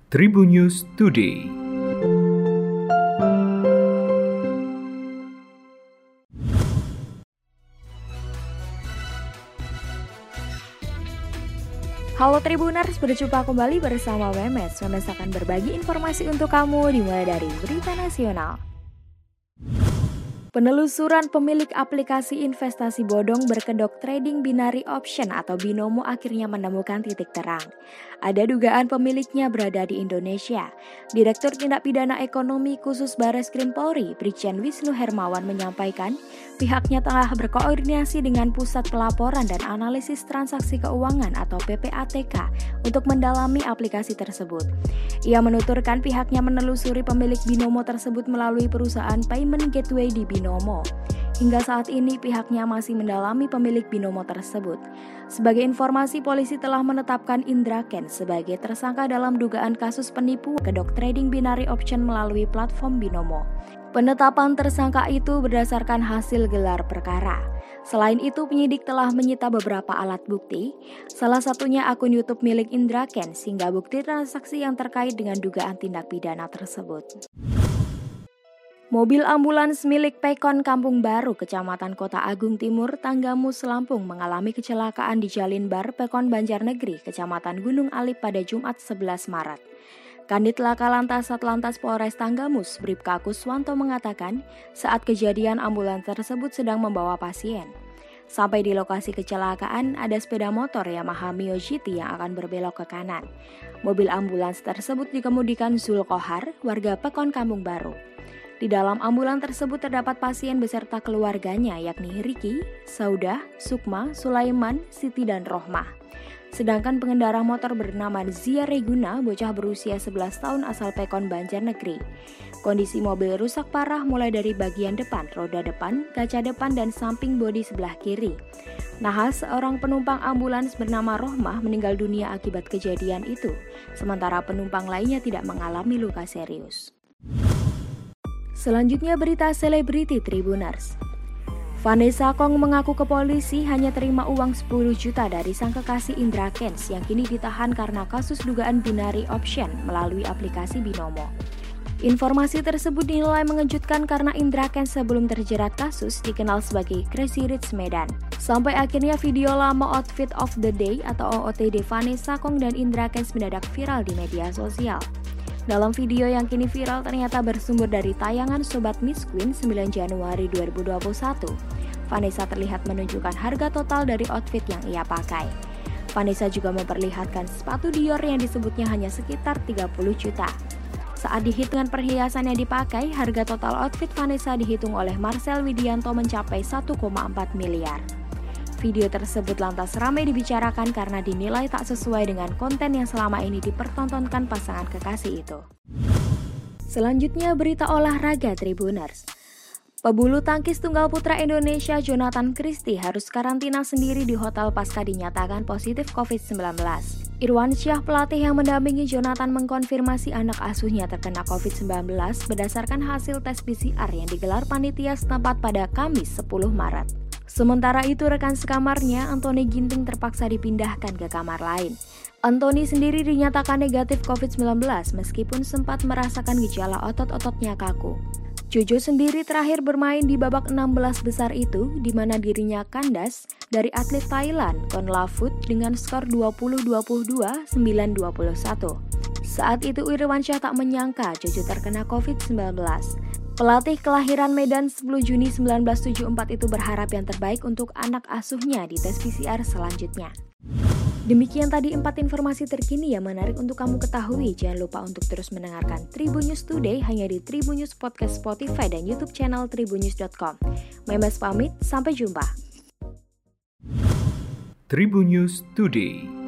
Tribun News Today. Halo Tribuners, berjumpa kembali bersama Memes. Memes akan berbagi informasi untuk kamu dimulai dari berita nasional. Penelusuran pemilik aplikasi investasi bodong berkedok trading binary option atau binomo akhirnya menemukan titik terang. Ada dugaan pemiliknya berada di Indonesia. Direktur Tindak Pidana Ekonomi Khusus Bareskrim Polri, Brigjen Wisnu Hermawan menyampaikan, pihaknya tengah berkoordinasi dengan Pusat Pelaporan dan Analisis Transaksi Keuangan atau PPATK untuk mendalami aplikasi tersebut. Ia menuturkan pihaknya menelusuri pemilik binomo tersebut melalui perusahaan payment gateway di binomo. Hingga saat ini pihaknya masih mendalami pemilik binomo tersebut. Sebagai informasi, polisi telah menetapkan Indra Ken sebagai tersangka dalam dugaan kasus penipuan kedok trading binary option melalui platform binomo. Penetapan tersangka itu berdasarkan hasil gelar perkara. Selain itu, penyidik telah menyita beberapa alat bukti, salah satunya akun YouTube milik Indra Ken, sehingga bukti transaksi yang terkait dengan dugaan tindak pidana tersebut. Mobil ambulans milik Pekon Kampung Baru, Kecamatan Kota Agung Timur, Tanggamus, Lampung mengalami kecelakaan di Jalinbar, Pekon Banjarnegeri, Kecamatan Gunung Alip pada Jumat 11 Maret. Kanit Laka Lantas Satlantas Polres Tanggamus, Bribka Kuswanto mengatakan, saat kejadian ambulans tersebut sedang membawa pasien. Sampai di lokasi kecelakaan, ada sepeda motor Yamaha Mio GT yang akan berbelok ke kanan. Mobil ambulans tersebut dikemudikan Zulkohar, warga Pekon Kampung Baru. Di dalam ambulans tersebut terdapat pasien beserta keluarganya yakni Riki, Saudah, Sukma, Sulaiman, Siti, dan Rohmah. Sedangkan pengendara motor bernama Zia Reguna, bocah berusia 11 tahun asal Pekon Banjarnegeri. Kondisi mobil rusak parah mulai dari bagian depan, roda depan, kaca depan, dan samping bodi sebelah kiri. Nahas, seorang penumpang ambulans bernama Rohmah meninggal dunia akibat kejadian itu, sementara penumpang lainnya tidak mengalami luka serius. Selanjutnya berita selebriti Tribuners. Vanessa Kong mengaku ke polisi hanya terima uang 10 juta dari sang kekasih Indra Kents yang kini ditahan karena kasus dugaan binary option melalui aplikasi binomo. Informasi tersebut dinilai mengejutkan karena Indra Kents sebelum terjerat kasus dikenal sebagai Crazy Rich Medan. Sampai akhirnya video lama Outfit of the Day atau OOTD Vanessa Kong dan Indra Kents mendadak viral di media sosial. Dalam video yang kini viral ternyata bersumber dari tayangan Sobat Miss Queen 9 Januari 2021. Vanessa terlihat menunjukkan harga total dari outfit yang ia pakai. Vanessa juga memperlihatkan sepatu Dior yang disebutnya hanya sekitar 30 juta. Saat dihitung perhiasan yang dipakai, harga total outfit Vanessa dihitung oleh Marcel Widianto mencapai 1,4 miliar. Video tersebut lantas ramai dibicarakan karena dinilai tak sesuai dengan konten yang selama ini dipertontonkan pasangan kekasih itu. Selanjutnya berita olahraga Tribuners. Pebulu tangkis tunggal putra Indonesia Jonathan Christie harus karantina sendiri di hotel pasca dinyatakan positif COVID-19. Irwan Syah, pelatih yang mendampingi Jonathan, mengkonfirmasi anak asuhnya terkena COVID-19 berdasarkan hasil tes PCR yang digelar panitia setempat pada Kamis 10 Maret. Sementara itu, rekan sekamarnya, Anthony Ginting, terpaksa dipindahkan ke kamar lain. Anthony sendiri dinyatakan negatif COVID-19 meskipun sempat merasakan gejala otot-ototnya kaku. Jojo sendiri terakhir bermain di babak 16 besar itu, di mana dirinya kandas dari atlet Thailand, Konlavut, dengan skor 20-22, 9-21. Saat itu Irwansyah tak menyangka Jojo terkena COVID-19. Pelatih kelahiran Medan 10 Juni 1974 itu berharap yang terbaik untuk anak asuhnya di tes PCR selanjutnya. Demikian tadi 4 informasi terkini yang menarik untuk kamu ketahui. Jangan lupa untuk terus mendengarkan Tribun News Today hanya di Tribun News Podcast Spotify dan YouTube channel tribunnews.com. Memes pamit, sampai jumpa. Tribun News Today.